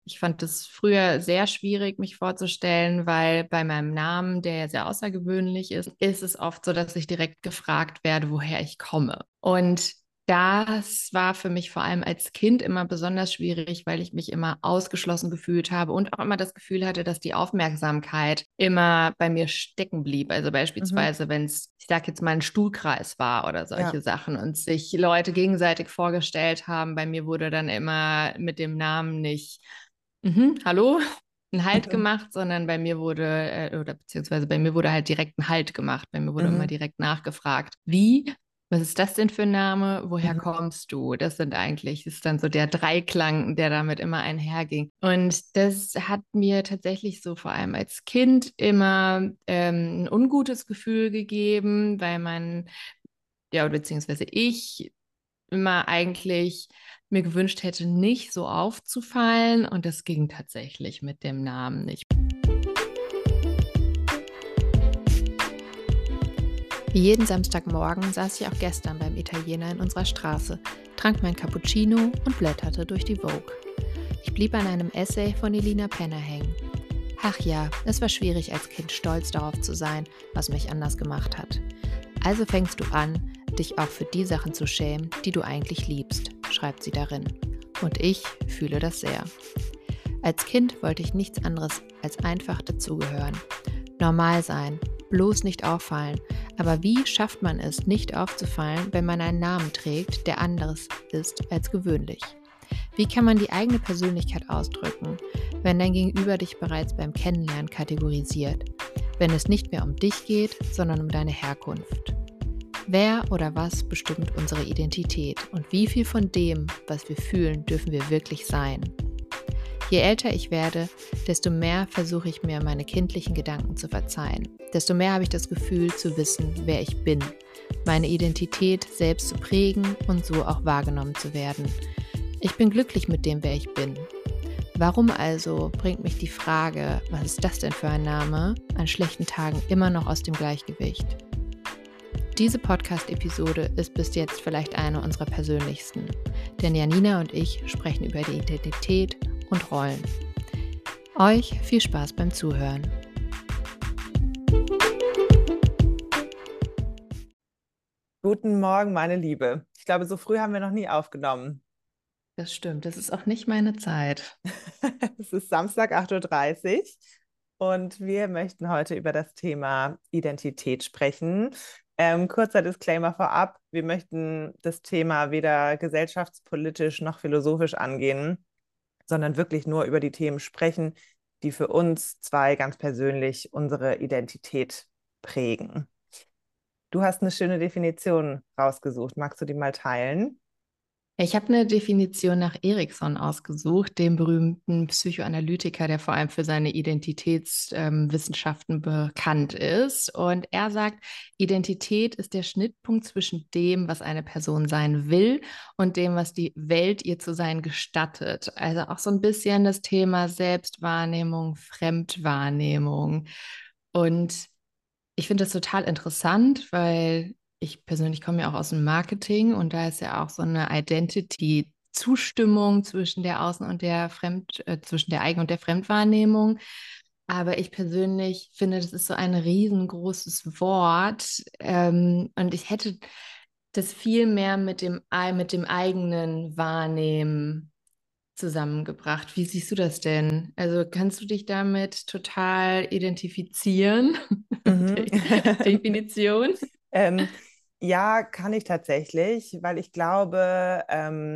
Ich fand es früher sehr schwierig, mich vorzustellen, weil bei meinem Namen, der ja sehr außergewöhnlich ist, ist es oft so, dass ich direkt gefragt werde, woher ich komme. Und das war für mich vor allem als Kind immer besonders schwierig, weil ich mich immer ausgeschlossen gefühlt habe und auch immer das Gefühl hatte, dass die Aufmerksamkeit immer bei mir stecken blieb. Also Mhm. beispielsweise, wenn es, ich sage jetzt mal, ein Stuhlkreis war oder Ja. solche Sachen und sich Leute gegenseitig vorgestellt haben. Bei mir wurde dann immer mit dem Namen nicht hallo, ein Halt Mhm. gemacht, sondern bei mir wurde, oder beziehungsweise bei mir wurde halt direkt ein Halt gemacht. Bei mir wurde immer Mhm. direkt nachgefragt. Wie? Was ist das denn für ein Name? Woher Mhm. kommst du? Das ist dann so der Dreiklang, der damit immer einherging. Und das hat mir tatsächlich so vor allem als Kind immer ein ungutes Gefühl gegeben, weil man, ja, beziehungsweise ich immer eigentlich mir gewünscht hätte, nicht so aufzufallen. Und das ging tatsächlich mit dem Namen nicht. Wie jeden Samstagmorgen saß ich auch gestern beim Italiener in unserer Straße, trank mein Cappuccino und blätterte durch die Vogue. Ich blieb an einem Essay von Elina Penner hängen. Ach ja, es war schwierig als Kind stolz darauf zu sein, was mich anders gemacht hat. Also fängst du an, dich auch für die Sachen zu schämen, die du eigentlich liebst, schreibt sie darin. Und ich fühle das sehr. Als Kind wollte ich nichts anderes als einfach dazugehören. Normal sein, bloß nicht auffallen. Aber wie schafft man es, nicht aufzufallen, wenn man einen Namen trägt, der anderes ist als gewöhnlich? Wie kann man die eigene Persönlichkeit ausdrücken, wenn dein Gegenüber dich bereits beim Kennenlernen kategorisiert? Wenn es nicht mehr um dich geht, sondern um deine Herkunft? Wer oder was bestimmt unsere Identität und wie viel von dem, was wir fühlen, dürfen wir wirklich sein? Je älter ich werde, desto mehr versuche ich mir meine kindlichen Gedanken zu verzeihen. Desto mehr habe ich das Gefühl zu wissen, wer ich bin, meine Identität selbst zu prägen und so auch wahrgenommen zu werden. Ich bin glücklich mit dem, wer ich bin. Warum also bringt mich die Frage, was ist das denn für ein Name, an schlechten Tagen immer noch aus dem Gleichgewicht? Diese Podcast-Episode ist bis jetzt vielleicht eine unserer persönlichsten, denn Janina und ich sprechen über die Identität und Rollen. Euch viel Spaß beim Zuhören. Guten Morgen, meine Liebe. Ich glaube, so früh haben wir noch nie aufgenommen. Das stimmt, das ist auch nicht meine Zeit. Es ist Samstag, 8:30 Uhr und wir möchten heute über das Thema Identität sprechen. Kurzer Disclaimer vorab, wir möchten das Thema weder gesellschaftspolitisch noch philosophisch angehen, sondern wirklich nur über die Themen sprechen, die für uns zwei ganz persönlich unsere Identität prägen. Du hast eine schöne Definition rausgesucht. Magst du die mal teilen? Ich habe eine Definition nach Erikson ausgesucht, dem berühmten Psychoanalytiker, der vor allem für seine Identitätswissenschaften bekannt ist. Und er sagt, Identität ist der Schnittpunkt zwischen dem, was eine Person sein will und dem, was die Welt ihr zu sein gestattet. Also auch so ein bisschen das Thema Selbstwahrnehmung, Fremdwahrnehmung. Und ich finde das total interessant, weil ich persönlich komme ja auch aus dem Marketing und da ist ja auch so eine Identity-Zustimmung zwischen der Außen- und der zwischen der Eigen- und der Fremdwahrnehmung. Aber ich persönlich finde, das ist so ein riesengroßes Wort, und ich hätte das viel mehr mit dem eigenen Wahrnehmen zusammengebracht. Wie siehst du das denn? Also kannst du dich damit total identifizieren? Mhm. Die Definition? Ähm, ja, kann ich tatsächlich, weil ich glaube,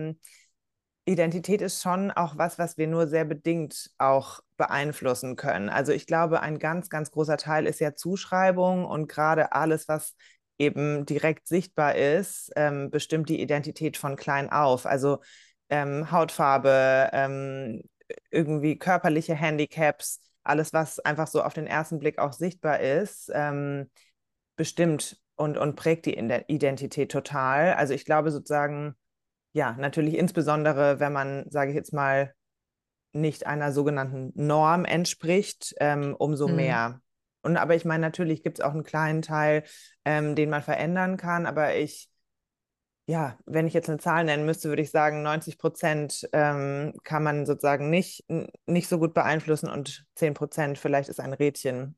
Identität ist schon auch was, was wir nur sehr bedingt auch beeinflussen können. Also ich glaube, ein ganz, ganz großer Teil ist ja Zuschreibung und gerade alles, was eben direkt sichtbar ist, bestimmt die Identität von klein auf. Also Hautfarbe, irgendwie körperliche Handicaps, alles, was einfach so auf den ersten Blick auch sichtbar ist, bestimmt und prägt die Identität total. Also ich glaube sozusagen, ja, natürlich insbesondere, wenn man, sage ich jetzt mal, nicht einer sogenannten Norm entspricht, umso Hm. mehr. Und aber ich meine, natürlich gibt es auch einen kleinen Teil, den man verändern kann, aber ich ja, wenn ich jetzt eine Zahl nennen müsste, würde ich sagen, 90% kann man sozusagen nicht so gut beeinflussen und 10% vielleicht ist ein Rädchen,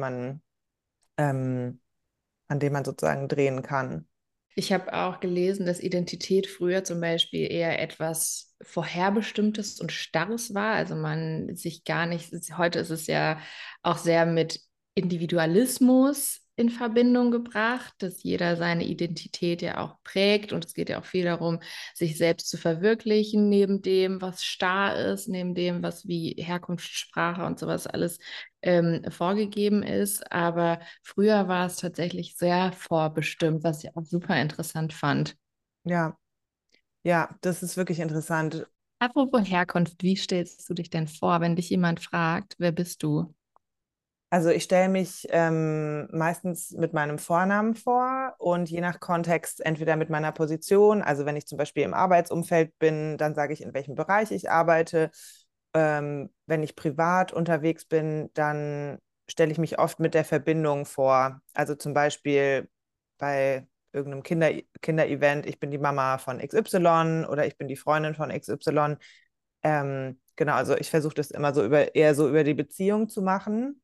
ähm, an dem man sozusagen drehen kann. Ich habe auch gelesen, dass Identität früher zum Beispiel eher etwas Vorherbestimmtes und Starres war. Also man sich gar nicht, heute ist es ja auch sehr mit Individualismus in Verbindung gebracht, dass jeder seine Identität ja auch prägt. Und es geht ja auch viel darum, sich selbst zu verwirklichen, neben dem, was starr ist, neben dem, was wie Herkunft, Sprache und sowas alles vorgegeben ist. Aber früher war es tatsächlich sehr vorbestimmt, was ich auch super interessant fand. Ja, ja, das ist wirklich interessant. Apropos Herkunft, wie stellst du dich denn vor, wenn dich jemand fragt, wer bist du? Also ich stelle mich meistens mit meinem Vornamen vor und je nach Kontext entweder mit meiner Position. Also wenn ich zum Beispiel im Arbeitsumfeld bin, dann sage ich, in welchem Bereich ich arbeite. Wenn ich privat unterwegs bin, dann stelle ich mich oft mit der Verbindung vor. Also zum Beispiel bei irgendeinem Kinderevent, ich bin die Mama von XY oder ich bin die Freundin von XY. Genau, also ich versuche das immer so eher so über die Beziehung zu machen.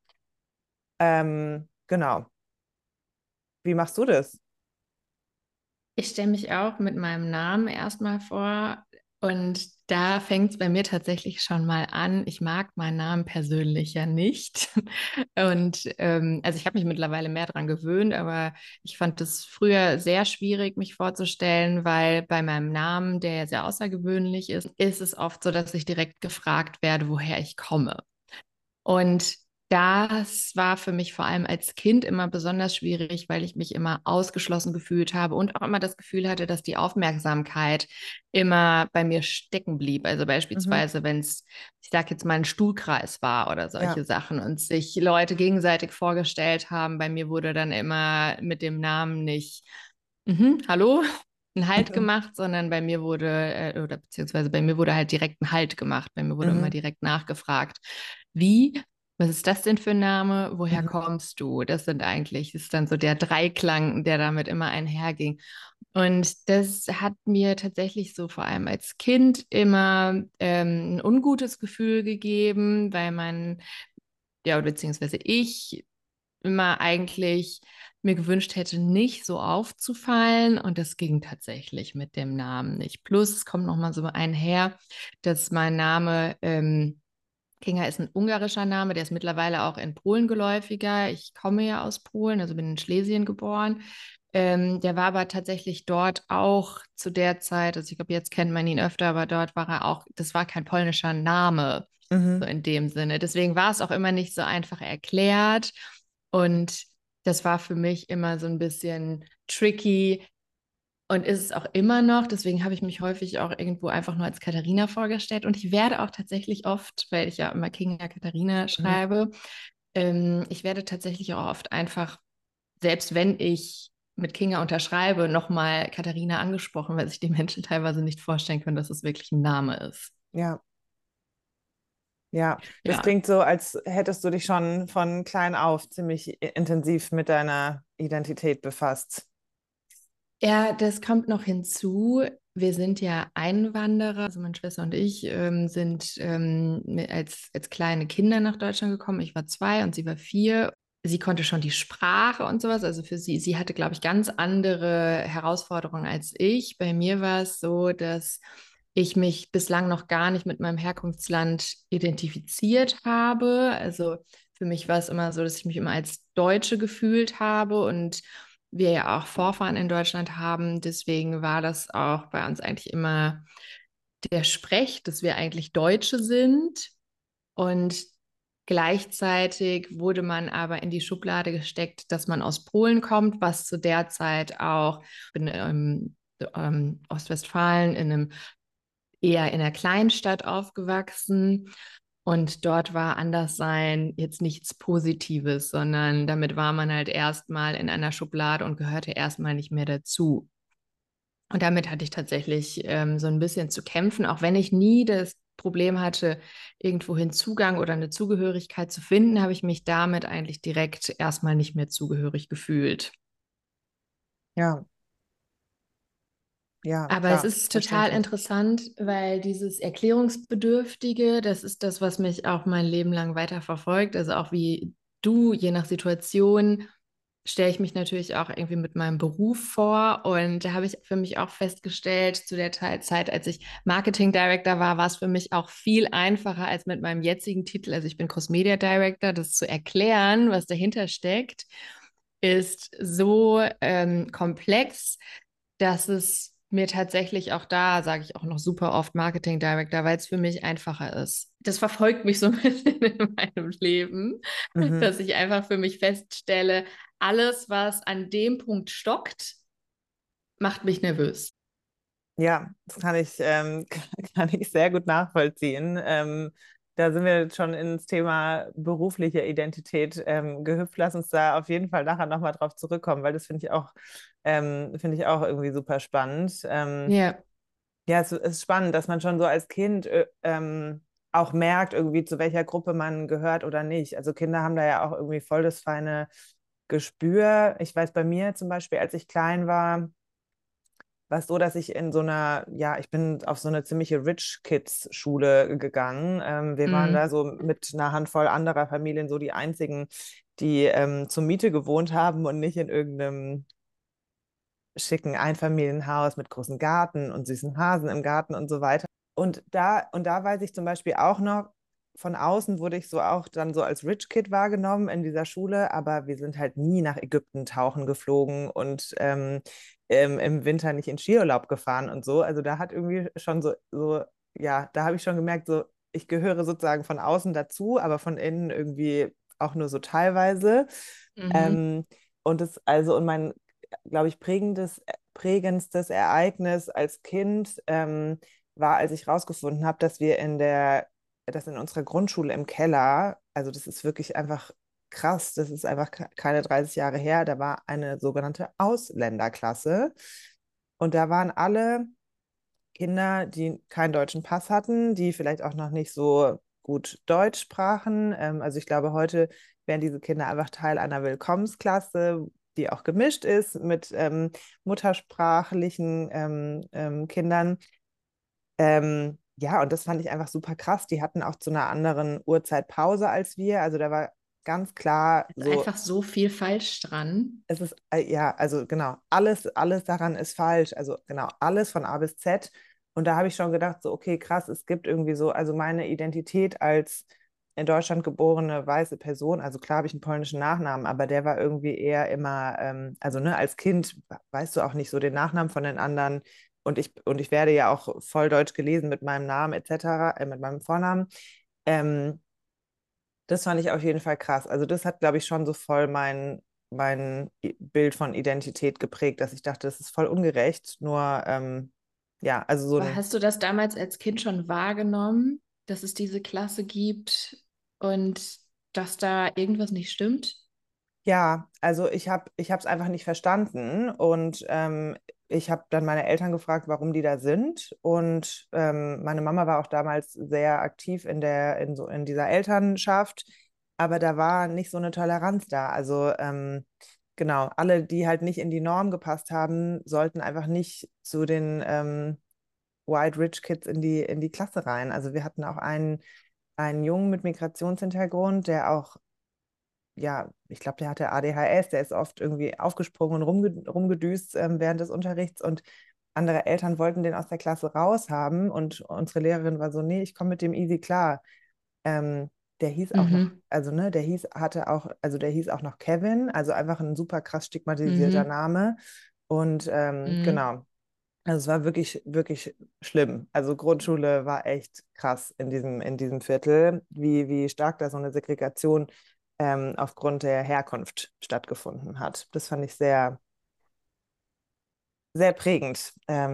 Genau. Wie machst du das? Ich stelle mich auch mit meinem Namen erstmal vor und da fängt es bei mir tatsächlich schon mal an. Ich mag meinen Namen persönlich ja nicht. Und also ich habe mich mittlerweile mehr daran gewöhnt, aber ich fand es früher sehr schwierig, mich vorzustellen, weil bei meinem Namen, der ja sehr außergewöhnlich ist, ist es oft so, dass ich direkt gefragt werde, woher ich komme. Und das war für mich vor allem als Kind immer besonders schwierig, weil ich mich immer ausgeschlossen gefühlt habe und auch immer das Gefühl hatte, dass die Aufmerksamkeit immer bei mir stecken blieb. Also Mhm. beispielsweise, wenn es, ich sage jetzt mal, ein Stuhlkreis war oder solche Ja. Sachen und sich Leute gegenseitig vorgestellt haben. Bei mir wurde dann immer mit dem Namen nicht, hallo, ein Halt Mhm. gemacht, sondern bei mir wurde, oder beziehungsweise bei mir wurde halt direkt ein Halt gemacht. Bei mir wurde immer Mhm. direkt nachgefragt. Wie? Was ist das denn für ein Name? Woher Mhm. kommst du? Das ist dann so der Dreiklang, der damit immer einherging. Und das hat mir tatsächlich so vor allem als Kind immer ein ungutes Gefühl gegeben, weil man, ja, beziehungsweise ich immer eigentlich mir gewünscht hätte, nicht so aufzufallen. Und das ging tatsächlich mit dem Namen nicht. Plus, es kommt nochmal so einher, dass mein Name Kinga ist ein ungarischer Name, der ist mittlerweile auch in Polen geläufiger. Ich komme ja aus Polen, also bin in Schlesien geboren. Der war aber tatsächlich dort auch zu der Zeit, also ich glaube, jetzt kennt man ihn öfter, aber dort war er auch, das war kein polnischer Name, so Mhm. in dem Sinne. Deswegen war es auch immer nicht so einfach erklärt. Und das war für mich immer so ein bisschen tricky, und ist es auch immer noch. Deswegen habe ich mich häufig auch irgendwo einfach nur als Katharina vorgestellt. Und ich werde auch tatsächlich oft, weil ich ja immer Kinga Katharina Mhm. schreibe, ich werde tatsächlich auch oft einfach, selbst wenn ich mit Kinga unterschreibe, nochmal Katharina angesprochen, weil sich die Menschen teilweise nicht vorstellen können, dass es wirklich ein Name ist. Ja, ja. Das Ja. klingt so, als hättest du dich schon von klein auf ziemlich intensiv mit deiner Identität befasst. Ja, das kommt noch hinzu. Wir sind ja Einwanderer, also meine Schwester und ich sind als kleine Kinder nach Deutschland gekommen. Ich war 2 und sie war 4. Sie konnte schon die Sprache und sowas. Also für sie, sie hatte, glaube ich, ganz andere Herausforderungen als ich. Bei mir war es so, dass ich mich bislang noch gar nicht mit meinem Herkunftsland identifiziert habe. Also für mich war es immer so, dass ich mich immer als Deutsche gefühlt habe und wir ja auch Vorfahren in Deutschland haben. Deswegen war das auch bei uns eigentlich immer der Sprech, dass wir eigentlich Deutsche sind. Und gleichzeitig wurde man aber in die Schublade gesteckt, dass man aus Polen kommt, was zu der Zeit auch in Ostwestfalen eher in einer Kleinstadt aufgewachsen. Und dort war Anderssein jetzt nichts Positives, sondern damit war man halt erstmal in einer Schublade und gehörte erstmal nicht mehr dazu. Und damit hatte ich tatsächlich so ein bisschen zu kämpfen, auch wenn ich nie das Problem hatte, irgendwohin Zugang oder eine Zugehörigkeit zu finden, habe ich mich damit eigentlich direkt erstmal nicht mehr zugehörig gefühlt. Ja, Ja, Aber es klar, ist total verständlich. interessant, weil dieses Erklärungsbedürftige, das ist das, was mich auch mein Leben lang weiter verfolgt. Also auch wie du, je nach Situation, stelle ich mich natürlich auch irgendwie mit meinem Beruf vor. Und da habe ich für mich auch festgestellt, zu der Zeit, als ich Marketing Director war es für mich auch viel einfacher als mit meinem jetzigen Titel. Also ich bin Cross-Media Director, das zu erklären, was dahinter steckt, ist so komplex, dass es mir tatsächlich auch da, sage ich auch noch super oft Marketing Director, weil es für mich einfacher ist. Das verfolgt mich so ein bisschen in meinem Leben, Mhm. dass ich einfach für mich feststelle, alles, was an dem Punkt stockt, macht mich nervös. Ja, das kann ich, kann ich sehr gut nachvollziehen. Da sind wir jetzt schon ins Thema berufliche Identität gehüpft. Lass uns da auf jeden Fall nachher nochmal drauf zurückkommen, weil das finde ich auch irgendwie super spannend. Ja, Ja, es ist spannend, dass man schon so als Kind auch merkt, irgendwie zu welcher Gruppe man gehört oder nicht. Also Kinder haben da ja auch irgendwie voll das feine Gespür. Ich weiß bei mir zum Beispiel, als ich klein war es so, dass ich in so einer, ja, ich bin auf so eine ziemliche Rich Kids Schule gegangen. Wir waren mm, da so mit einer Handvoll anderer Familien so die einzigen, die zur Miete gewohnt haben und nicht in irgendeinem schicken Einfamilienhaus mit großem Garten und süßen Hasen im Garten und so weiter. Und da weiß ich zum Beispiel auch noch, von außen wurde ich so auch dann so als Rich Kid wahrgenommen in dieser Schule, aber wir sind halt nie nach Ägypten tauchen geflogen und im Winter nicht in Skiurlaub gefahren und so. Also da hat irgendwie schon ja, da habe ich schon gemerkt, so, ich gehöre sozusagen von außen dazu, aber von innen irgendwie auch nur so teilweise. mhm. Ähm, und mein, glaube ich, prägendstes Ereignis als Kind war, als ich rausgefunden habe, dass in unserer Grundschule im Keller, also das ist wirklich einfach krass, das ist einfach keine 30 Jahre her, da war eine sogenannte Ausländerklasse und da waren alle Kinder, die keinen deutschen Pass hatten, die vielleicht auch noch nicht so gut Deutsch sprachen. Also ich glaube, heute wären diese Kinder einfach Teil einer Willkommensklasse, die auch gemischt ist mit muttersprachlichen Kindern. Ja, und das fand ich einfach super krass. Die hatten auch zu einer anderen Uhrzeit Pause als wir. Also da war ganz klar Ist so, einfach so viel falsch dran. es ist, ja, also genau, alles daran ist falsch. Also genau, alles von A bis Z. Und da habe ich schon gedacht, so, okay, krass, es gibt irgendwie so, also meine Identität als in Deutschland geborene weiße Person, also klar habe ich einen polnischen Nachnamen, aber der war irgendwie eher immer, also ne, als Kind weißt du auch nicht so den Nachnamen von den anderen. Und ich werde ja auch voll deutsch gelesen mit meinem Namen etc., mit meinem Vornamen. Ähm, Das fand ich auf jeden Fall krass. Also das hat, glaube ich, schon so voll mein Bild von Identität geprägt, dass ich dachte, das ist voll ungerecht. Nur, ja, also so Aber ein, hast du das damals als Kind schon wahrgenommen, dass es diese Klasse gibt und dass da irgendwas nicht stimmt? ja, also ich habe es einfach nicht verstanden und ich habe dann meine Eltern gefragt, warum die da sind und meine Mama war auch damals sehr aktiv in dieser Elternschaft, aber da war nicht so eine Toleranz da. Also genau, alle, die halt nicht in die Norm gepasst haben, sollten einfach nicht zu den White Rich Kids in die Klasse rein. Also wir hatten auch einen Jungen mit Migrationshintergrund, der auch ja, ich glaube, der hatte ADHS, der ist oft irgendwie aufgesprungen und rumgedüst während des Unterrichts und andere Eltern wollten den aus der Klasse raushaben und unsere Lehrerin war so, nee, ich komme mit dem easy klar. Ähm, Der hieß auch noch, Mhm. also ne, der hieß auch noch Kevin, also einfach ein super krass stigmatisierter Mhm. Name und Mhm. genau. Also es war wirklich schlimm. Also Grundschule war echt krass in diesem Viertel, wie stark da so eine Segregation aufgrund der Herkunft stattgefunden hat. Das fand ich sehr prägend,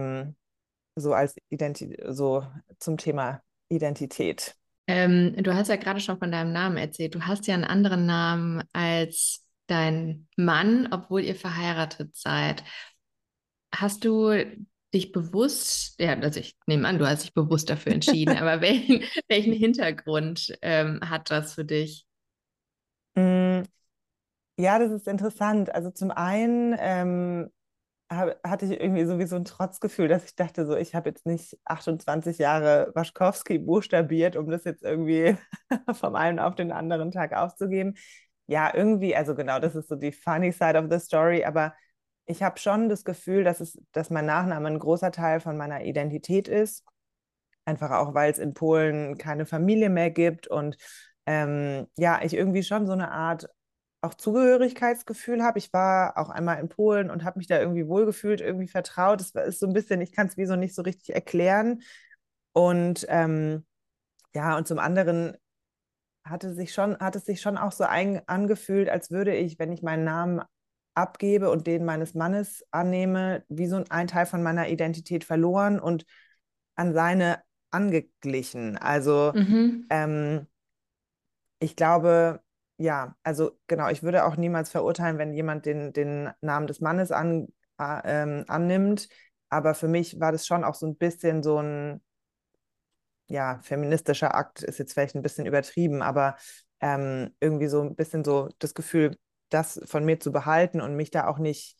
so zum Thema Identität. Du hast ja gerade schon von deinem Namen erzählt. Du hast ja einen anderen Namen als dein Mann, obwohl ihr verheiratet seid. Hast du dich bewusst, ja, also ich nehme an, du hast dich bewusst dafür entschieden, aber welchen Hintergrund hat das für dich? Mm, ja, das ist interessant. Also zum einen hatte ich irgendwie sowieso ein Trotzgefühl, dass ich dachte, so, ich habe jetzt nicht 28 Jahre Waschkowski buchstabiert, um das jetzt irgendwie vom einen auf den anderen Tag aufzugeben. Ja, irgendwie, also genau, das ist so die funny side of the story, aber ich habe schon das Gefühl, dass mein Nachname ein großer Teil von meiner Identität ist. Einfach auch, weil es in Polen keine Familie mehr gibt und ja, ich irgendwie schon so eine Art auch Zugehörigkeitsgefühl habe. Ich war auch einmal in Polen und habe mich da irgendwie wohlgefühlt, irgendwie vertraut. Ist so ein bisschen, ich kann es wie so nicht so richtig erklären. Und ja, und zum anderen hat es sich schon auch so angefühlt, als würde ich, wenn ich meinen Namen abgebe und den meines Mannes annehme, wie so ein Teil von meiner Identität verloren und an seine angeglichen. Also Mhm. ähm, ich glaube, ja, also genau, ich würde auch niemals verurteilen, wenn jemand den Namen des Mannes annimmt. Aber für mich war das schon auch so ein bisschen so ein, ja, feministischer Akt, ist jetzt vielleicht ein bisschen übertrieben, aber irgendwie so ein bisschen so das Gefühl, das von mir zu behalten und mich da auch nicht,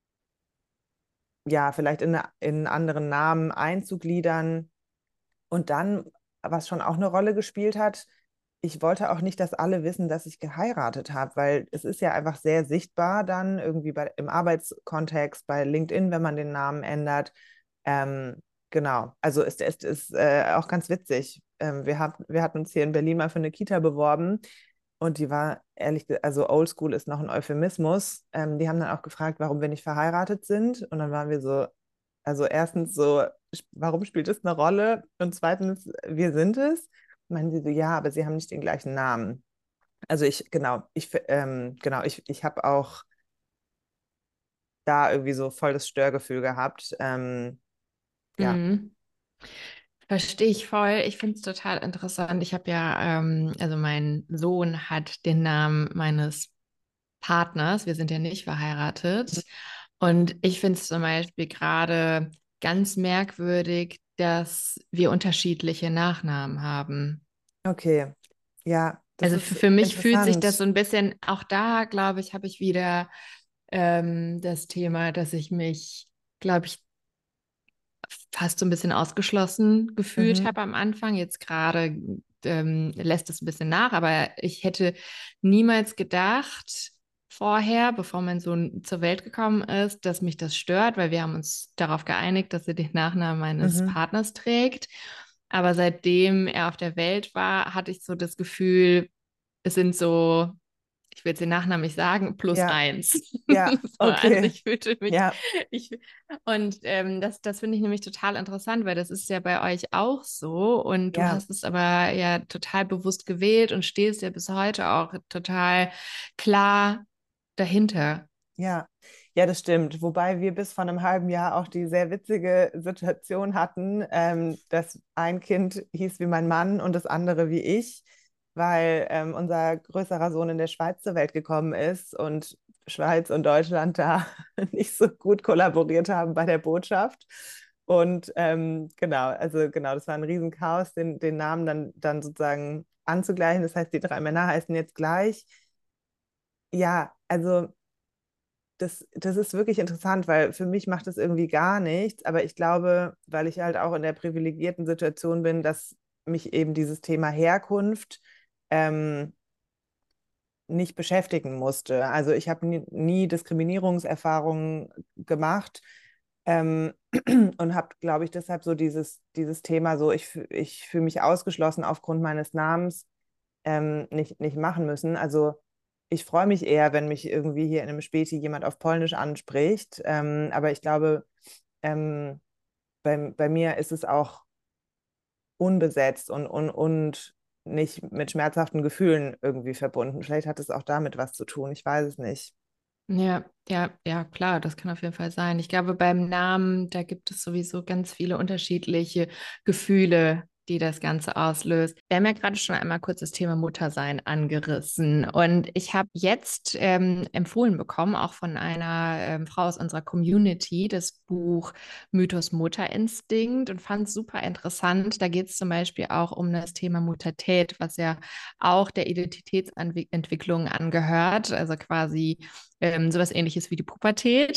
ja, vielleicht in einen anderen Namen einzugliedern. Und dann, was schon auch eine Rolle gespielt hat, ich wollte auch nicht, dass alle wissen, dass ich geheiratet habe, weil es ist ja einfach sehr sichtbar dann irgendwie im Arbeitskontext, bei LinkedIn, wenn man den Namen ändert. Genau, also ist auch ganz witzig. Wir hatten uns hier in Berlin mal für eine Kita beworben und die war also Oldschool ist noch ein Euphemismus. Die haben dann auch gefragt, warum wir nicht verheiratet sind und dann waren wir so, also erstens so, warum spielt das eine Rolle? Und zweitens, wir sind es. Meinen sie so, ja, aber sie haben nicht den gleichen Namen. Also ich habe auch da irgendwie so voll das Störgefühl gehabt. Ja, Mhm. Verstehe ich voll. Ich finde es total interessant. Ich habe ja, also mein Sohn hat den Namen meines Partners. Wir sind ja nicht verheiratet. Und ich finde es zum Beispiel gerade ganz merkwürdig, dass wir unterschiedliche Nachnamen haben. okay. Ja, das Also ist für mich fühlt sich das interessant. so ein bisschen, auch da, glaube ich, habe ich wieder das Thema, dass ich mich, glaube ich, fast so ein bisschen ausgeschlossen gefühlt Mhm, habe am Anfang. Jetzt gerade lässt es ein bisschen nach, aber ich hätte niemals gedacht vorher, bevor mein Sohn zur Welt gekommen ist, dass mich das stört, weil wir haben uns darauf geeinigt, dass er den Nachnamen meines mhm, Partners trägt. Aber seitdem er auf der Welt war, hatte ich so das Gefühl, es sind so, ich will jetzt den Nachnamen nicht sagen, plus ja, eins. ja, So, also okay. ich fühlte mich, Ja, ich, und das finde ich nämlich total interessant, weil das ist ja bei euch auch so und du ja. hast es aber ja total bewusst gewählt und stehst ja bis heute auch total klar dahinter. Ja, ja, das stimmt. Wobei wir bis vor einem halben Jahr auch die sehr witzige Situation hatten, dass ein Kind hieß wie mein Mann und das andere wie ich, weil unser größerer Sohn in der Schweiz zur Welt gekommen ist und Schweiz und Deutschland da nicht so gut kollaboriert haben bei der Botschaft. Und genau, also genau, das war ein Riesenchaos, den Namen dann sozusagen anzugleichen. Das heißt, die drei Männer heißen jetzt gleich. Ja, also das ist wirklich interessant, weil für mich macht es irgendwie gar nichts. Aber ich glaube, weil ich halt auch in der privilegierten Situation bin, dass mich eben dieses Thema Herkunft ähm, nicht beschäftigen musste. Also ich habe nie Diskriminierungserfahrungen gemacht ähm, und habe, glaube ich, deshalb so dieses Thema so, ich fühle mich ausgeschlossen aufgrund meines Namens nicht machen müssen. Also ich freue mich eher, wenn mich irgendwie hier in einem Späti jemand auf Polnisch anspricht. Aber ich glaube, ähm, bei mir ist es auch unbesetzt und nicht mit schmerzhaften Gefühlen irgendwie verbunden. Vielleicht hat es auch damit was zu tun. Ich weiß es nicht. Ja, ja, ja, klar, das kann auf jeden Fall sein. Ich glaube, beim Namen, da gibt es sowieso ganz viele unterschiedliche Gefühle, die das Ganze auslöst. Wir haben ja gerade schon einmal kurz das Thema Muttersein angerissen. Und ich habe jetzt empfohlen bekommen, auch von einer Frau aus unserer Community, das Buch Mythos Mutterinstinkt und fand es super interessant. Da geht es zum Beispiel auch um das Thema Muttertät, was ja auch der Identitätsentwicklung angehört, also quasi sowas Ähnliches wie die Pubertät.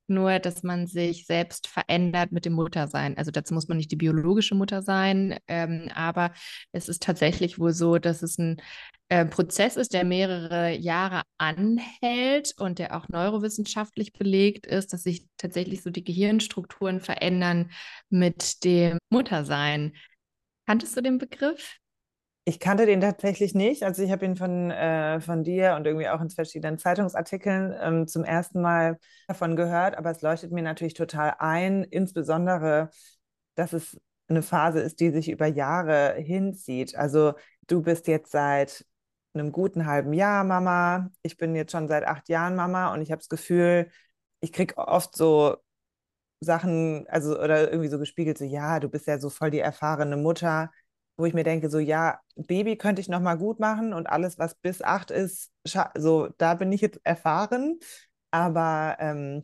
nur dass man sich selbst verändert mit dem Muttersein. Also dazu muss man nicht die biologische Mutter sein, aber es ist tatsächlich wohl so, dass es ein Prozess ist, der mehrere Jahre anhält und der auch neurowissenschaftlich belegt ist, dass sich tatsächlich so die Gehirnstrukturen verändern mit dem Muttersein. Kanntest du den Begriff? Ich kannte den tatsächlich nicht. Also ich habe ihn von dir und irgendwie auch in verschiedenen Zeitungsartikeln zum ersten Mal davon gehört, aber es leuchtet mir natürlich total ein, insbesondere, dass es eine Phase ist, die sich über Jahre hinzieht. Also du bist jetzt seit einem guten halben Jahr Mama, ich bin jetzt schon seit 8 Jahren Mama und ich habe das Gefühl, ich kriege oft so Sachen, also oder irgendwie so gespiegelt, so ja, du bist ja so voll die erfahrene Mutter, wo ich mir denke, so ja, Baby könnte ich noch mal gut machen und alles, was bis 8 ist, so da bin ich jetzt erfahren, aber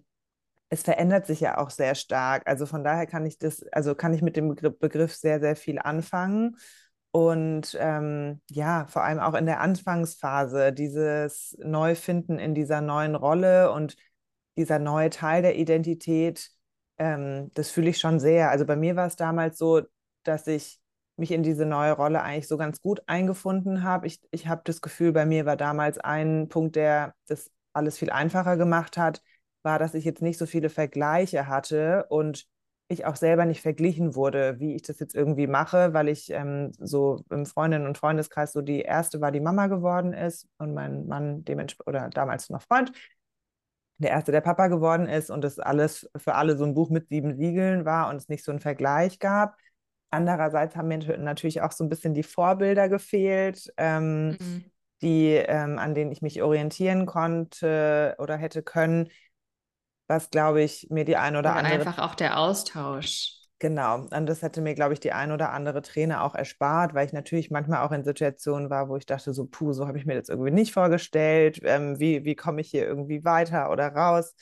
es verändert sich ja auch sehr stark. Also von daher kann ich also kann ich mit dem Begriff sehr, sehr viel anfangen. Und ja, vor allem auch in der Anfangsphase, dieses Neufinden in dieser neuen Rolle und dieser neue Teil der Identität, das fühle ich schon sehr. Also bei mir war es damals so, dass ich mich in diese neue Rolle eigentlich so ganz gut eingefunden habe. Ich habe das Gefühl, bei mir war damals ein Punkt, der das alles viel einfacher gemacht hat, war, dass ich jetzt nicht so viele Vergleiche hatte und ich auch selber nicht verglichen wurde, wie ich das jetzt irgendwie mache, weil ich so im Freundinnen- und Freundeskreis so die erste war, die Mama geworden ist und mein Mann dementsprechend, oder damals noch Freund, der erste, der Papa geworden ist und das alles für alle so ein Buch mit 7 Siegeln war und es nicht so einen Vergleich gab. Andererseits haben mir natürlich auch so ein bisschen die Vorbilder gefehlt, Mhm. an denen ich mich orientieren konnte oder hätte können, was, glaube ich, mir die ein oder Oder andere, einfach auch der Austausch. genau, und das hätte mir, glaube ich, die ein oder andere Träne auch erspart, weil ich natürlich manchmal auch in Situationen war, wo ich dachte, so, puh, so habe ich mir das irgendwie nicht vorgestellt, wie komme ich hier irgendwie weiter oder raus?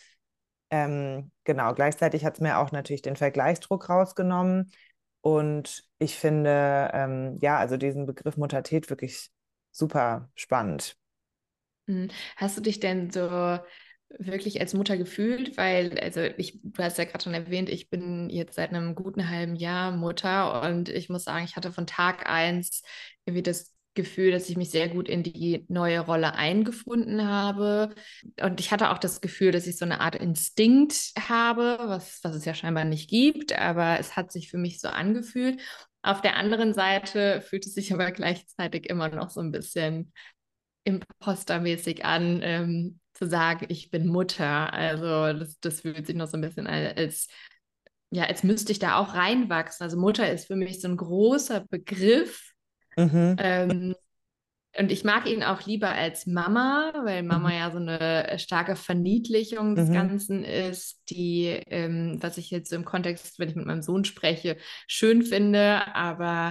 Genau, gleichzeitig hat es mir auch natürlich den Vergleichsdruck rausgenommen und ich finde, ja, also diesen Begriff Muttertät wirklich super spannend. Mhm. Hast du dich denn so wirklich als Mutter gefühlt? Weil, also du hast ja gerade schon erwähnt, ich bin jetzt seit einem guten halben Jahr Mutter und ich muss sagen, ich hatte von Tag eins irgendwie das Gefühl, dass ich mich sehr gut in die neue Rolle eingefunden habe. Und ich hatte auch das Gefühl, dass ich so eine Art Instinkt habe, was es ja scheinbar nicht gibt, aber es hat sich für mich so angefühlt. Auf der anderen Seite fühlt es sich aber gleichzeitig immer noch so ein bisschen impostermäßig an, zu sagen, ich bin Mutter. Also das fühlt sich noch so ein bisschen als, ja, als müsste ich da auch reinwachsen. Also Mutter ist für mich so ein großer Begriff. Mhm, Ähm, und ich mag ihn auch lieber als Mama, weil mhm, Mama ja so eine starke Verniedlichung des mhm. Ganzen ist, die, was ich jetzt so im Kontext, wenn ich mit meinem Sohn spreche, schön finde. Aber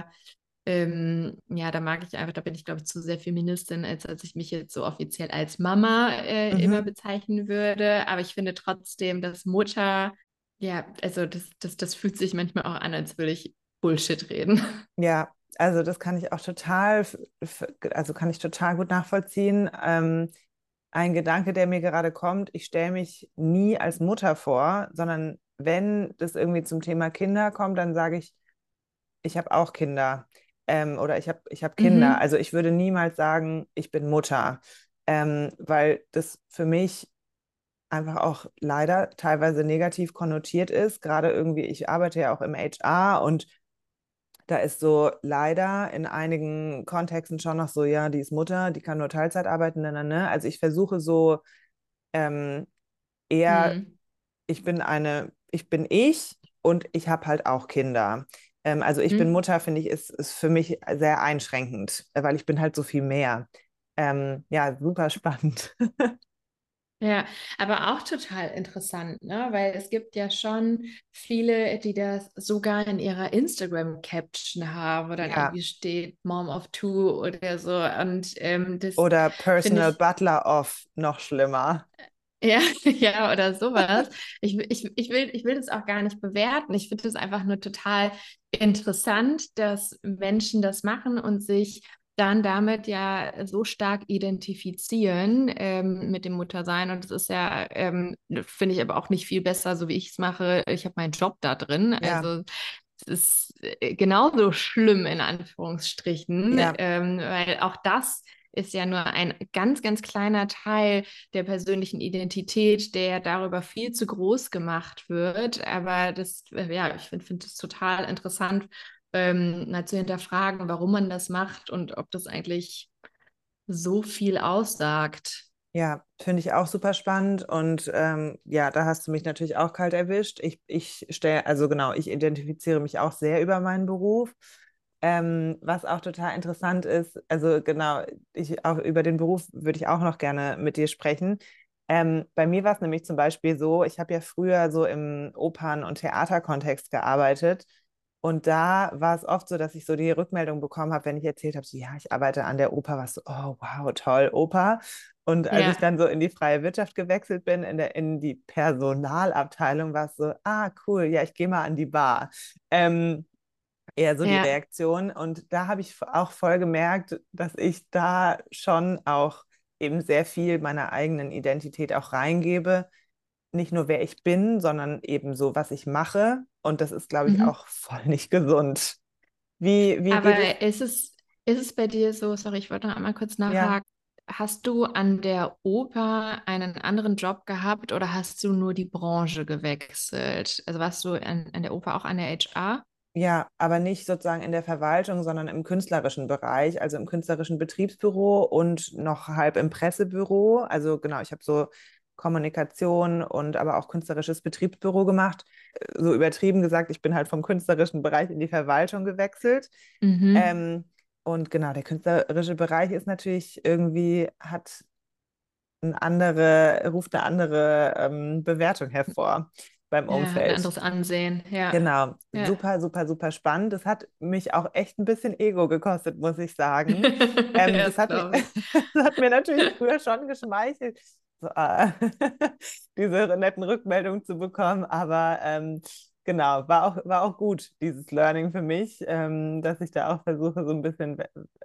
ja, da mag ich einfach, da bin ich, glaube ich, zu sehr Feministin, als dass ich mich jetzt so offiziell als Mama immer Mhm. bezeichnen würde. Aber ich finde trotzdem, dass Mutter, ja, also das fühlt sich manchmal auch an, als würde ich Bullshit reden. Ja, also das kann ich auch total, also kann ich total gut nachvollziehen. Ein Gedanke, der mir gerade kommt, ich stelle mich nie als Mutter vor, sondern wenn das irgendwie zum Thema Kinder kommt, dann sage ich habe auch Kinder oder ich hab Kinder. Mhm. Also ich würde niemals sagen, ich bin Mutter, weil das für mich einfach auch leider teilweise negativ konnotiert ist. Gerade irgendwie, ich arbeite ja auch im HR und da ist so leider in einigen Kontexten schon noch so, ja, die ist Mutter, die kann nur Teilzeit arbeiten, ne. Also ich versuche so ähm, eher, Mhm. ich bin ich und ich habe halt auch Kinder. Also ich bin Mhm. Mutter, finde ich, ist für mich sehr einschränkend, weil ich bin halt so viel mehr. Ja, super spannend. Ja, aber auch total interessant, ne? Weil es gibt ja schon viele, die das sogar in ihrer Instagram-Caption haben, wo dann Ja, irgendwie steht Mom of Two oder so. Und das oder finde Personal ich, Butler off, noch schlimmer. ja, ja, oder sowas. Ich will das auch gar nicht bewerten. Ich finde es einfach nur total interessant, dass Menschen das machen und sich dann damit ja so stark identifizieren mit dem Muttersein. Und es ist ja, finde ich aber auch nicht viel besser, so wie ich es mache. Ich habe meinen Job da drin. Ja, Also es ist genauso schlimm in Anführungsstrichen, ja, weil auch das ist ja nur ein ganz, ganz kleiner Teil der persönlichen Identität, der darüber viel zu groß gemacht wird. Aber das, ja, ich finde es total interessant, mal zu hinterfragen, warum man das macht und ob das eigentlich so viel aussagt. ja, finde ich auch super spannend. Und ja, da hast du mich natürlich auch kalt erwischt. Ich stelle, also genau, ich identifiziere mich auch sehr über meinen Beruf. Was auch total interessant ist, also genau, auch über den Beruf würde ich auch noch gerne mit dir sprechen. Bei mir war es nämlich zum Beispiel so, ich habe ja früher so im Opern- und Theaterkontext gearbeitet. Und da war es oft so, dass ich so die Rückmeldung bekommen habe, wenn ich erzählt habe, so, ja, ich arbeite an der Oper, was so, oh, wow, toll, Oper. Und als ich Ja, dann so in die freie Wirtschaft gewechselt bin, in die Personalabteilung, war es so, ah, cool, ja, ich gehe mal an die Bar. Ähm, Eher so die ja. Reaktion. Und da habe ich auch voll gemerkt, dass ich da schon auch eben sehr viel meiner eigenen Identität auch reingebe. Nicht nur wer ich bin, sondern eben so, was ich mache. Und das ist, glaube ich, Mhm. auch voll nicht gesund. Wie geht es? Aber ist es bei dir so, sorry, ich wollte noch einmal kurz Ja, nachhaken, hast du an der Oper einen anderen Job gehabt oder hast du nur die Branche gewechselt? Also warst du an der Oper auch an der HR? ja, aber nicht sozusagen in der Verwaltung, sondern im künstlerischen Bereich, also im künstlerischen Betriebsbüro und noch halb im Pressebüro. Also genau, ich habe so Kommunikation und aber auch künstlerisches Betriebsbüro gemacht. So übertrieben gesagt, ich bin halt vom künstlerischen Bereich in die Verwaltung gewechselt. Mhm. Ähm, und genau, der künstlerische Bereich ist natürlich irgendwie, hat ruft eine andere Bewertung hervor beim Ja, hat ein Umfeld. anderes Ansehen. Ja, Genau, ja. super, super, super spannend. Das hat mich auch echt ein bisschen Ego gekostet, muss ich sagen. Ja, Das das hat mir, glaube ich. das hat mir natürlich früher schon geschmeichelt, so, diese netten Rückmeldungen zu bekommen. Aber genau, war auch gut, dieses Learning für mich, dass ich da auch versuche, so ein bisschen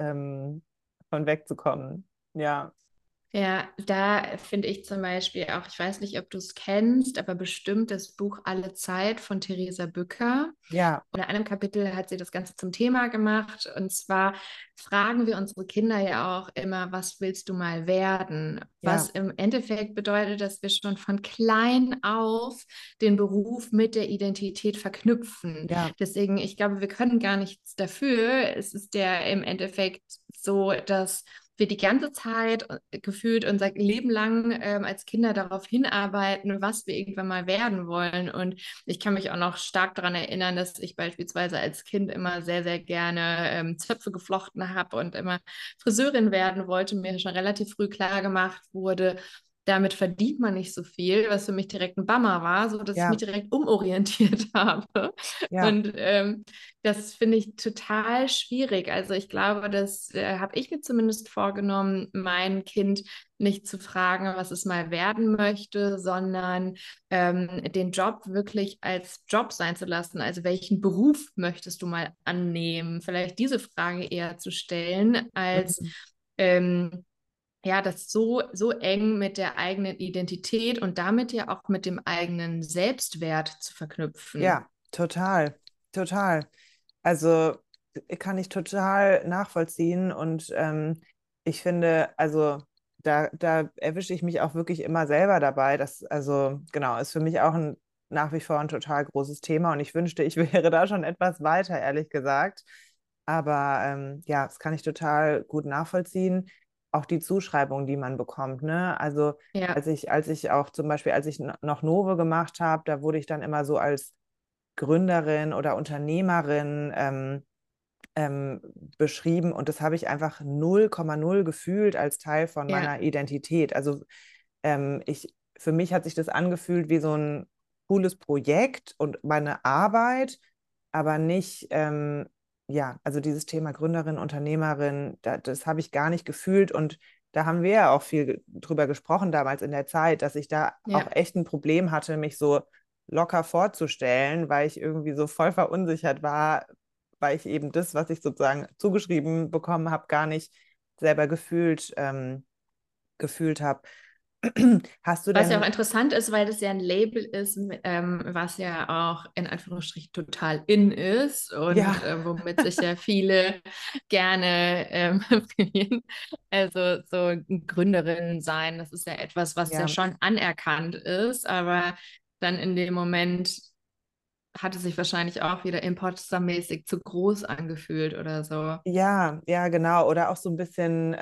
von wegzukommen. Ja, Ja, da finde ich zum Beispiel auch, ich weiß nicht, ob du es kennst, aber bestimmt das Buch Alle Zeit von Theresa Bücker. ja, In einem Kapitel hat sie das Ganze zum Thema gemacht. Und zwar fragen wir unsere Kinder ja auch immer, was willst du mal werden? Was ja, im Endeffekt bedeutet, dass wir schon von klein auf den Beruf mit der Identität verknüpfen. ja, Deswegen, ich glaube, wir können gar nichts dafür. Es ist ja im Endeffekt so, dass wir die ganze Zeit gefühlt unser Leben lang als Kinder darauf hinarbeiten, was wir irgendwann mal werden wollen. Und ich kann mich auch noch stark daran erinnern, dass ich beispielsweise als Kind immer sehr, sehr gerne Zöpfe geflochten habe und immer Friseurin werden wollte. Mir schon relativ früh klar gemacht wurde, damit verdient man nicht so viel, was für mich direkt ein Bummer war, so dass ich mich ja, direkt umorientiert habe. ja, Und das finde ich total schwierig. Also ich glaube, das habe ich mir zumindest vorgenommen, mein Kind nicht zu fragen, was es mal werden möchte, sondern den Job wirklich als Job sein zu lassen. Also welchen Beruf möchtest du mal annehmen? Vielleicht diese Frage eher zu stellen, als mhm. ähm, ja, das so eng mit der eigenen Identität und damit ja auch mit dem eigenen Selbstwert zu verknüpfen. Ja, total, total. Also kann ich total nachvollziehen und ich finde, also da erwische ich mich auch wirklich immer selber dabei. Das, also genau, ist für mich auch nach wie vor ein total großes Thema und ich wünschte, ich wäre da schon etwas weiter, ehrlich gesagt. Aber ja, das kann ich total gut nachvollziehen. Auch die Zuschreibung, die man bekommt, ne? Also Ja, als ich auch zum Beispiel, als ich noch Novo gemacht habe, da wurde ich dann immer so als Gründerin oder Unternehmerin ähm, beschrieben und das habe ich einfach 0,0 gefühlt als Teil von ja, meiner Identität. Also für mich hat sich das angefühlt wie so ein cooles Projekt und meine Arbeit, aber nicht, ja, also dieses Thema Gründerin, Unternehmerin, das habe ich gar nicht gefühlt und da haben wir ja auch viel drüber gesprochen damals in der Zeit, dass ich da auch ja. echt ein Problem hatte, mich so locker vorzustellen, weil ich irgendwie so voll verunsichert war, weil ich eben das, was ich sozusagen zugeschrieben bekommen habe, gar nicht selber gefühlt habe. Hast du Was ja auch denn, interessant ist, weil das ja ein Label ist, was ja auch in Anführungsstrichen total in ist ja, und womit sich ja viele gerne prämieren. Also so Gründerin sein, das ist ja etwas, was ja ja, schon anerkannt ist, aber dann in dem Moment hat es sich wahrscheinlich auch wieder impostermäßig zu groß angefühlt oder so. ja, ja, genau. Oder auch so ein bisschen,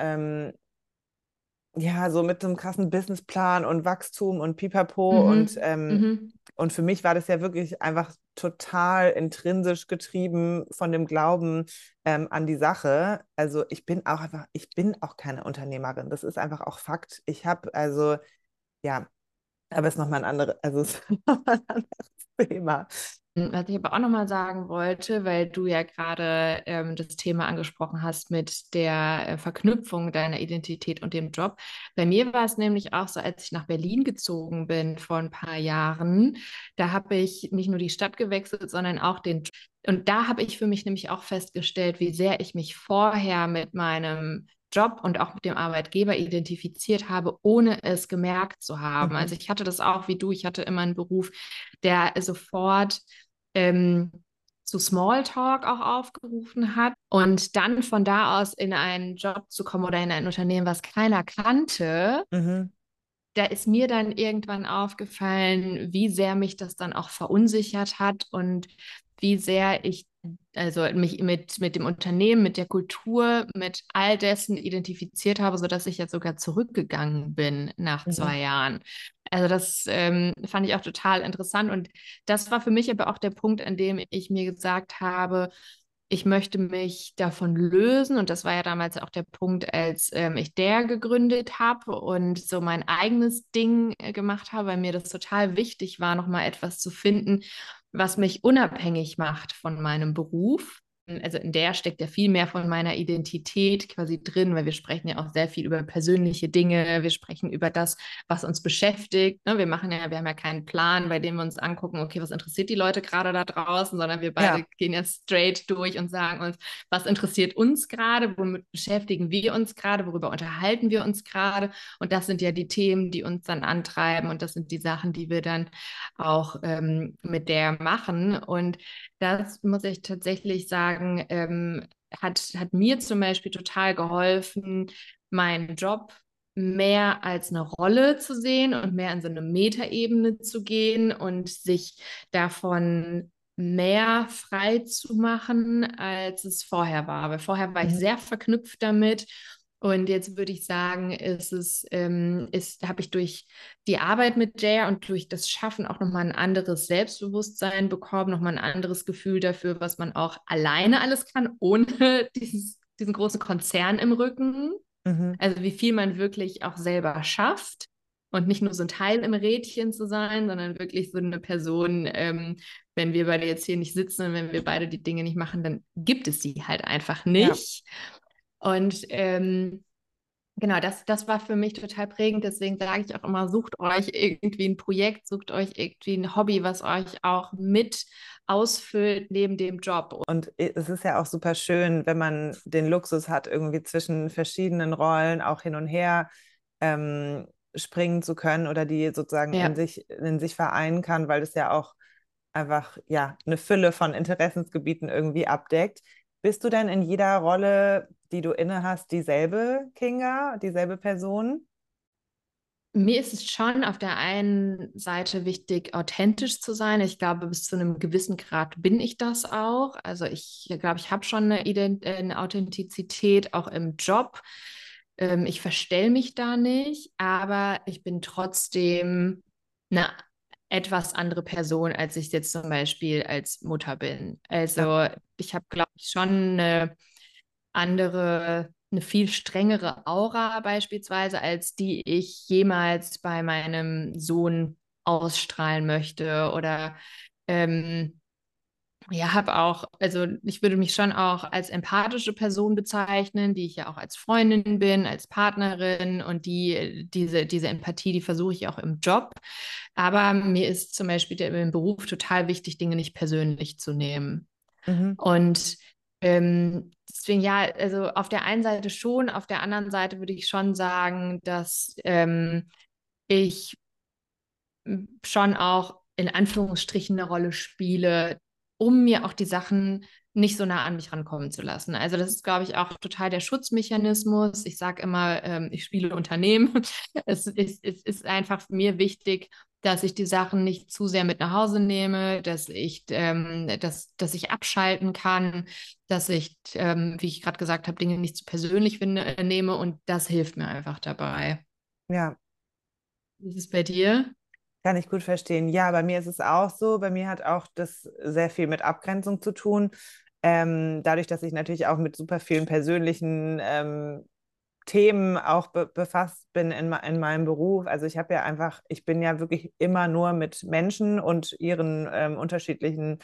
ja, so mit so einem krassen Businessplan und Wachstum und Pipapo Mhm. Mhm. und für mich war das ja wirklich einfach total intrinsisch getrieben von dem Glauben an die Sache. Also ich bin auch keine Unternehmerin. Das ist einfach auch Fakt. Ich habe also, ja, aber es ist nochmal ein anderes, also es ist nochmal ein anderes Thema. Was ich aber auch nochmal sagen wollte, weil du ja gerade das Thema angesprochen hast mit der Verknüpfung deiner Identität und dem Job. Bei mir war es nämlich auch so, als ich nach Berlin gezogen bin vor ein paar Jahren, da habe ich nicht nur die Stadt gewechselt, sondern auch den Job. Und da habe ich für mich nämlich auch festgestellt, wie sehr ich mich vorher mit meinem Job und auch mit dem Arbeitgeber identifiziert habe, ohne es gemerkt zu haben. Mhm, Also ich hatte das auch wie du, ich hatte immer einen Beruf, der sofort ähm, zu Smalltalk auch aufgerufen hat und dann von da aus in einen Job zu kommen oder in ein Unternehmen, was keiner kannte, mhm, da ist mir dann irgendwann aufgefallen, wie sehr mich das dann auch verunsichert hat und wie sehr ich also mich mit dem Unternehmen, mit der Kultur, mit all dessen identifiziert habe, sodass ich jetzt sogar zurückgegangen bin nach mhm, 2 Jahren. Also das fand ich auch total interessant und das war für mich aber auch der Punkt, an dem ich mir gesagt habe, ich möchte mich davon lösen. Und das war ja damals auch der Punkt, als ich der gegründet habe und so mein eigenes Ding gemacht habe, weil mir das total wichtig war, nochmal etwas zu finden, was mich unabhängig macht von meinem Beruf. Also in der steckt ja viel mehr von meiner Identität quasi drin, weil wir sprechen ja auch sehr viel über persönliche Dinge, wir sprechen über das, was uns beschäftigt. Ne? Wir haben ja keinen Plan, bei dem wir uns angucken, okay, was interessiert die Leute gerade da draußen, sondern wir beide ja, gehen ja straight durch und sagen uns, was interessiert uns gerade, womit beschäftigen wir uns gerade, worüber unterhalten wir uns gerade. Und das sind ja die Themen, die uns dann antreiben und das sind die Sachen, die wir dann auch mit der machen. Und das muss ich tatsächlich sagen, hat mir zum Beispiel total geholfen, meinen Job mehr als eine Rolle zu sehen und mehr in so eine Metaebene zu gehen und sich davon mehr frei zu machen, als es vorher war. Weil vorher war ich mhm, sehr verknüpft damit. Und jetzt würde ich sagen, habe ich durch die Arbeit mit Jaya und durch das Schaffen auch nochmal ein anderes Selbstbewusstsein bekommen, nochmal ein anderes Gefühl dafür, was man auch alleine alles kann, ohne diesen großen Konzern im Rücken. mhm, Also wie viel man wirklich auch selber schafft und nicht nur so ein Teil im Rädchen zu sein, sondern wirklich so eine Person, wenn wir beide jetzt hier nicht sitzen und wenn wir beide die Dinge nicht machen, dann gibt es sie halt einfach ja. nicht. Und genau, das war für mich total prägend. Deswegen sage ich auch immer, sucht euch irgendwie ein Projekt, sucht euch irgendwie ein Hobby, was euch auch mit ausfüllt neben dem Job. Und es ist ja auch super schön, wenn man den Luxus hat, irgendwie zwischen verschiedenen Rollen auch hin und her springen zu können oder die sozusagen Ja, in sich vereinen kann, weil das ja auch einfach ja eine Fülle von Interessensgebieten irgendwie abdeckt. Bist du denn in jeder Rolle, die du inne hast, dieselbe Kinga, dieselbe Person? mir ist es schon auf der einen Seite wichtig, authentisch zu sein. Ich glaube, bis zu einem gewissen Grad bin ich das auch. Also ich glaube, ich habe schon eine Authentizität auch im Job. Ich verstell mich da nicht, aber ich bin trotzdem eine etwas andere Person, als ich jetzt zum Beispiel als Mutter bin. Ja. Also ich habe, glaube ich, schon eine viel strengere Aura beispielsweise, als die ich jemals bei meinem Sohn ausstrahlen möchte. Oder ähm, ja, habe auch, also ich würde mich schon auch als empathische Person bezeichnen, die ich ja auch als Freundin bin, als Partnerin und diese Empathie, die versuche ich auch im Job. Aber mir ist zum Beispiel im Beruf total wichtig, Dinge nicht persönlich zu nehmen. Mhm. Und Deswegen ja, also auf der einen Seite schon, auf der anderen Seite würde ich schon sagen, dass ich schon auch in Anführungsstrichen eine Rolle spiele, um mir auch die Sachen nicht so nah an mich rankommen zu lassen. Also das ist, glaube ich, auch total der Schutzmechanismus. Ich sage immer, ich spiele Unternehmen. Es ist einfach mir wichtig, dass ich die Sachen nicht zu sehr mit nach Hause nehme, dass ich abschalten kann, dass ich, wie ich gerade gesagt habe, Dinge nicht zu persönlich nehme und das hilft mir einfach dabei. Ja, Wie ist es bei dir? kann ich gut verstehen. Ja, bei mir ist es auch so. Bei mir hat auch das sehr viel mit Abgrenzung zu tun. Dadurch, dass ich natürlich auch mit super vielen persönlichen Themen auch befasst bin in meinem Beruf. Also ich bin ja wirklich immer nur mit Menschen und ihren unterschiedlichen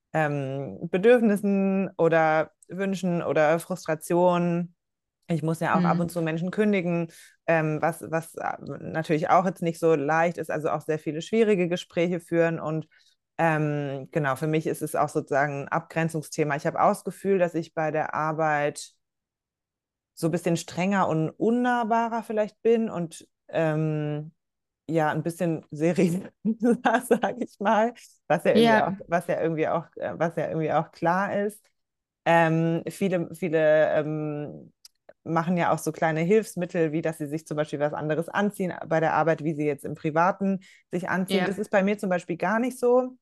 Bedürfnissen oder Wünschen oder Frustrationen. Ich muss ja auch ab Hm. und zu Menschen kündigen, was natürlich auch jetzt nicht so leicht ist, also auch sehr viele schwierige Gespräche führen. Und genau, für mich ist es auch sozusagen ein Abgrenzungsthema. Ich habe auch das Gefühl, dass ich bei der Arbeit so ein bisschen strenger und unnahbarer vielleicht bin und ja, ein bisschen seriöser, sage ich mal, Ja, was ja irgendwie auch klar ist. Viele machen ja auch so kleine Hilfsmittel, wie dass sie sich zum Beispiel was anderes anziehen bei der Arbeit, wie sie jetzt im Privaten sich anziehen. Das ja. ist bei mir zum Beispiel gar nicht so.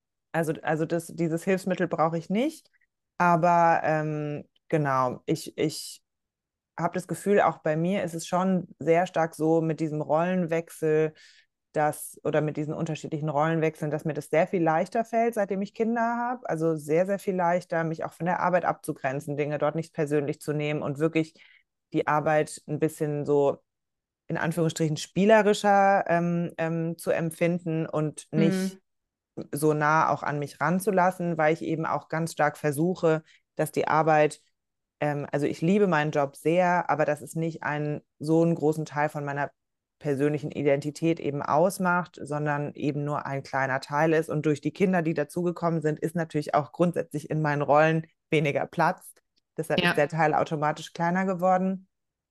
Dieses Hilfsmittel brauche ich nicht. Aber genau, ich habe das Gefühl, auch bei mir ist es schon sehr stark so mit diesem Rollenwechsel, oder mit diesen unterschiedlichen Rollenwechseln, dass mir das sehr viel leichter fällt, seitdem ich Kinder habe. Also sehr, sehr viel leichter, mich auch von der Arbeit abzugrenzen, Dinge dort nicht persönlich zu nehmen und wirklich die Arbeit ein bisschen so in Anführungsstrichen spielerischer zu empfinden und nicht Hm. so nah auch an mich ranzulassen, weil ich eben auch ganz stark versuche, dass die Arbeit, also ich liebe meinen Job sehr, aber dass es nicht so einen großen Teil von meiner persönlichen Identität eben ausmacht, sondern eben nur ein kleiner Teil ist. Und durch die Kinder, die dazugekommen sind, ist natürlich auch grundsätzlich in meinen Rollen weniger Platz. Deshalb ist der Ja, Teil automatisch kleiner geworden.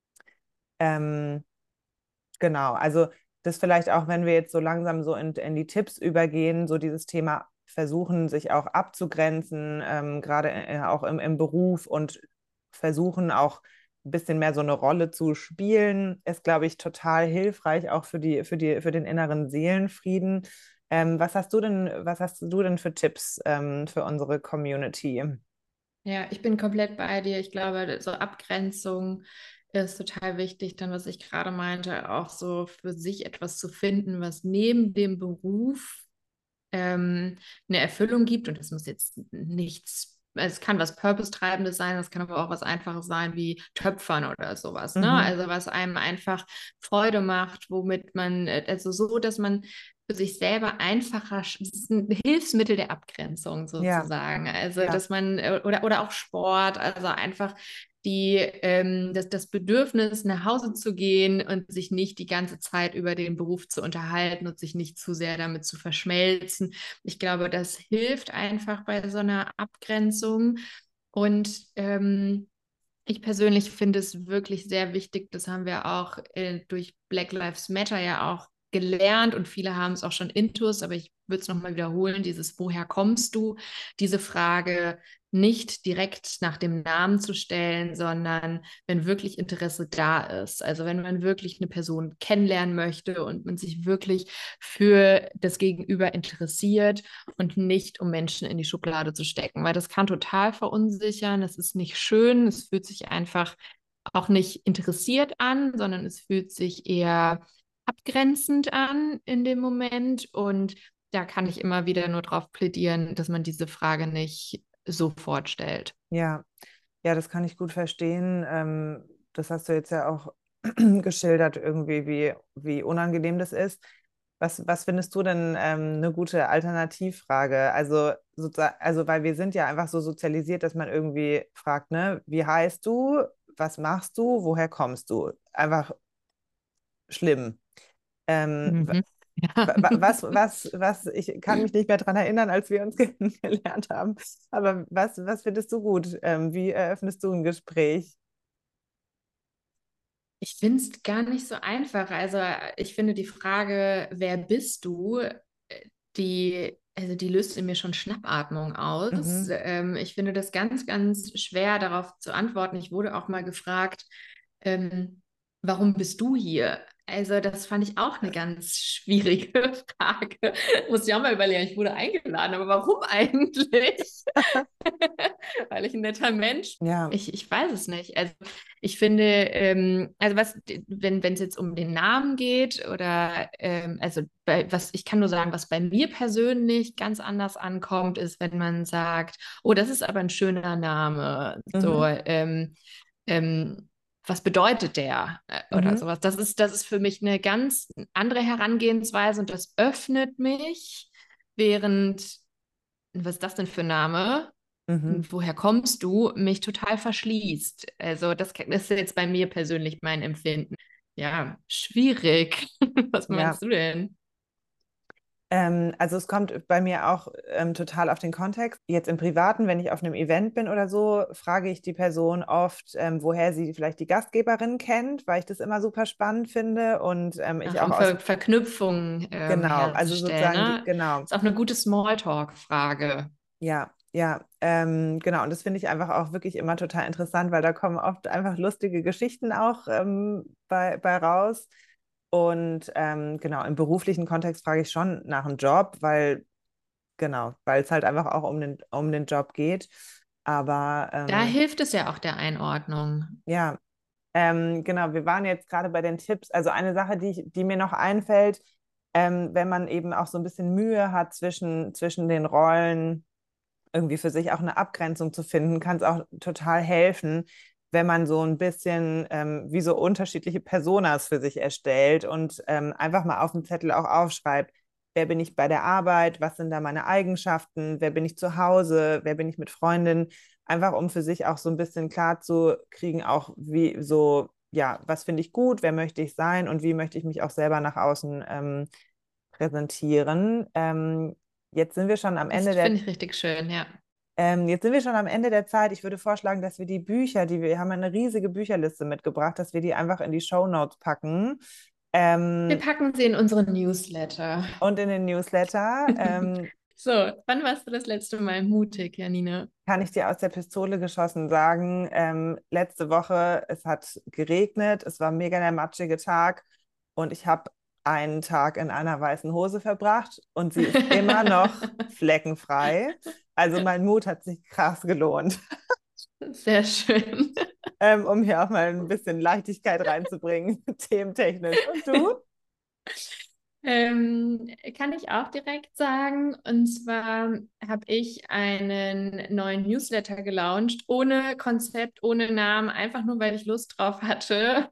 Ähm, Genau, also das vielleicht auch, wenn wir jetzt so langsam so in die Tipps übergehen, so dieses Thema versuchen, sich auch abzugrenzen, gerade auch im Beruf und versuchen auch ein bisschen mehr so eine Rolle zu spielen, ist, glaube ich, total hilfreich auch für den inneren Seelenfrieden. Was hast du denn für Tipps für unsere Community? ja, ich bin komplett bei dir. Ich glaube, so Abgrenzung ist total wichtig. Dann, was ich gerade meinte, auch so für sich etwas zu finden, was neben dem Beruf eine Erfüllung gibt. Und das muss jetzt nichts, es kann was Purpose-Treibendes sein, es kann aber auch was Einfaches sein wie Töpfern oder sowas, ne? Mhm. Also was einem einfach Freude macht, womit man, also so, dass man für sich selber einfacher, das ist ein Hilfsmittel der Abgrenzung Ja, sozusagen. Also ja, dass man, oder auch Sport, also einfach das Bedürfnis, nach Hause zu gehen und sich nicht die ganze Zeit über den Beruf zu unterhalten und sich nicht zu sehr damit zu verschmelzen. Ich glaube, das hilft einfach bei so einer Abgrenzung. Und ich persönlich finde es wirklich sehr wichtig, das haben wir auch durch Black Lives Matter ja auch gelernt und viele haben es auch schon intus, aber ich würde es nochmal wiederholen, dieses Woher kommst du? Diese Frage nicht direkt nach dem Namen zu stellen, sondern wenn wirklich Interesse da ist. Also wenn man wirklich eine Person kennenlernen möchte und man sich wirklich für das Gegenüber interessiert und nicht um Menschen in die Schublade zu stecken, weil das kann total verunsichern, das ist nicht schön, es fühlt sich einfach auch nicht interessiert an, sondern es fühlt sich eher abgrenzend an in dem Moment und da kann ich immer wieder nur darauf plädieren, dass man diese Frage nicht sofort stellt. ja. Ja, das kann ich gut verstehen. Das hast du jetzt ja auch geschildert, irgendwie, wie unangenehm das ist. Was findest du denn eine gute Alternativfrage? Also, weil wir sind ja einfach so sozialisiert, dass man irgendwie fragt, ne, wie heißt du, was machst du, woher kommst du? Einfach schlimm. Ähm, w- Mhm. Ich kann mich nicht mehr daran erinnern, als wir uns kennengelernt haben, aber was findest du gut? Wie eröffnest du ein Gespräch? Ich finde es gar nicht so einfach. Also ich finde die Frage, wer bist du, die löst in mir schon Schnappatmung aus. Mhm, Ich finde das ganz, ganz schwer darauf zu antworten. Ich wurde auch mal gefragt, ähm, warum bist du hier? Also das fand ich auch eine ganz schwierige Frage. Muss ich auch mal überlegen. Ich wurde eingeladen, aber warum eigentlich? Weil ich ein netter Mensch. ja, Ich weiß es nicht. Also ich finde, also wenn es jetzt um den Namen geht oder ich kann nur sagen, was bei mir persönlich ganz anders ankommt, ist, wenn man sagt, oh, das ist aber ein schöner Name. So, mhm, was bedeutet der? Oder mhm, sowas. Das ist für mich eine ganz andere Herangehensweise und das öffnet mich, während, was ist das denn für ein Name? mhm, Und woher kommst du, mich total verschließt. Also das ist jetzt bei mir persönlich mein Empfinden. Ja, schwierig. Was ja. meinst du denn? Also es kommt bei mir auch total auf den Kontext. Jetzt im Privaten, wenn ich auf einem Event bin oder so, frage ich die Person oft, woher sie vielleicht die Gastgeberin kennt, weil ich das immer super spannend finde und ich Ach, auch um aus, Verknüpfungen genau, also herzustellen, sozusagen, ne? genau, Ist auch eine gute Smalltalk-Frage. ja, ja, genau. Und das finde ich einfach auch wirklich immer total interessant, weil da kommen oft einfach lustige Geschichten auch bei raus. Und genau, im beruflichen Kontext frage ich schon nach einem Job, weil es halt einfach auch um den Job geht. Aber Da hilft es ja auch der Einordnung. ja, genau, wir waren jetzt gerade bei den Tipps. Also eine Sache, die mir noch einfällt, wenn man eben auch so ein bisschen Mühe hat zwischen den Rollen, irgendwie für sich auch eine Abgrenzung zu finden, kann es auch total helfen, wenn man so ein bisschen wie so unterschiedliche Personas für sich erstellt und einfach mal auf dem Zettel auch aufschreibt, wer bin ich bei der Arbeit, was sind da meine Eigenschaften, wer bin ich zu Hause, wer bin ich mit Freundinnen, einfach um für sich auch so ein bisschen klar zu kriegen, auch wie so, ja, was finde ich gut, wer möchte ich sein und wie möchte ich mich auch selber nach außen präsentieren. Jetzt sind wir schon am Das Ende der finde ich richtig schön, ja. Jetzt sind wir schon am Ende der Zeit. Ich würde vorschlagen, dass wir die Bücher, wir haben eine riesige Bücherliste mitgebracht, dass wir die einfach in die Shownotes packen Wir ähm, packen sie in unseren Newsletter. und in den Newsletter. So, wann warst du das letzte Mal mutig, Janina? Kann ich dir aus der Pistole geschossen sagen, letzte Woche, es hat geregnet, es war mega der matschige Tag und ich habe einen Tag in einer weißen Hose verbracht und sie ist immer noch fleckenfrei. Also mein Mut hat sich krass gelohnt. Sehr schön. Um hier auch mal ein bisschen Leichtigkeit reinzubringen, thementechnisch. Und du? Kann ich auch direkt sagen. Und zwar habe ich einen neuen Newsletter gelauncht, ohne Konzept, ohne Namen, einfach nur, weil ich Lust drauf hatte,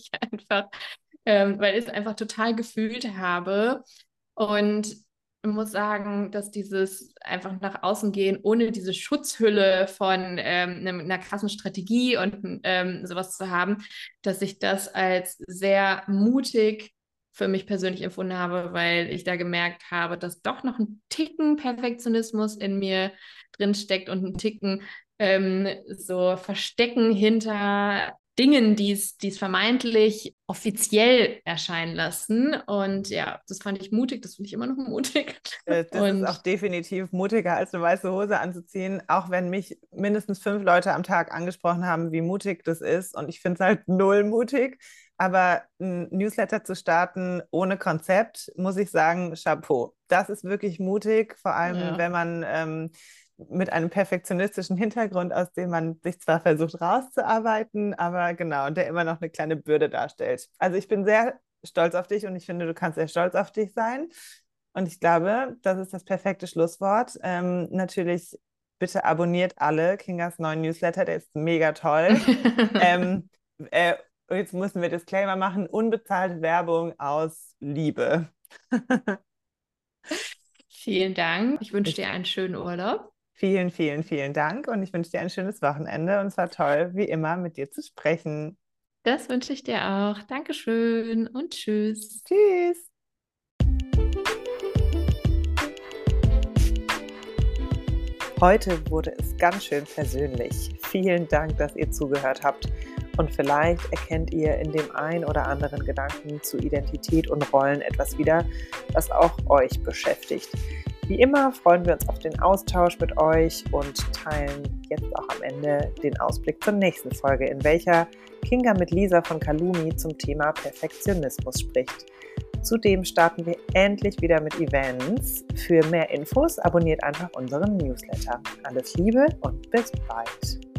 weil ich es einfach total gefühlt habe. Und ich muss sagen, dass dieses einfach nach außen gehen, ohne diese Schutzhülle von einer krassen Strategie und sowas zu haben, dass ich das als sehr mutig für mich persönlich empfunden habe, weil ich da gemerkt habe, dass doch noch ein Ticken Perfektionismus in mir drin steckt und ein Ticken so Verstecken hinter Dingen, die es vermeintlich offiziell erscheinen lassen. Und ja, das fand ich mutig, das finde ich immer noch mutig. Das ist auch Und definitiv mutiger, als eine weiße Hose anzuziehen, auch wenn mich mindestens 5 Leute am Tag angesprochen haben, wie mutig das ist. Und ich finde es halt null mutig. Aber ein Newsletter zu starten ohne Konzept, muss ich sagen, Chapeau. Das ist wirklich mutig, vor allem ja. wenn man mit einem perfektionistischen Hintergrund, aus dem man sich zwar versucht rauszuarbeiten, aber genau, der immer noch eine kleine Bürde darstellt. Also ich bin sehr stolz auf dich und ich finde, du kannst sehr stolz auf dich sein. Und ich glaube, das ist das perfekte Schlusswort. Natürlich, bitte abonniert alle Kingas neuen Newsletter, der ist mega toll. Ähm, äh, Jetzt müssen wir Disclaimer machen, unbezahlte Werbung aus Liebe. Vielen Dank. Ich wünsche Ich, dir einen schönen Urlaub. vielen, vielen, vielen Dank und ich wünsche dir ein schönes Wochenende und es war toll, wie immer, mit dir zu sprechen. Das wünsche ich dir auch. Dankeschön und tschüss. Tschüss. Heute wurde es ganz schön persönlich. Vielen Dank, dass ihr zugehört habt. Und vielleicht erkennt ihr in dem ein oder anderen Gedanken zu Identität und Rollen etwas wieder, was auch euch beschäftigt. Wie immer freuen wir uns auf den Austausch mit euch und teilen jetzt auch am Ende den Ausblick zur nächsten Folge, in welcher Kinga mit Lisa von Kalumi zum Thema Perfektionismus spricht. Zudem starten wir endlich wieder mit Events. Für mehr Infos abonniert einfach unseren Newsletter. Alles Liebe und bis bald!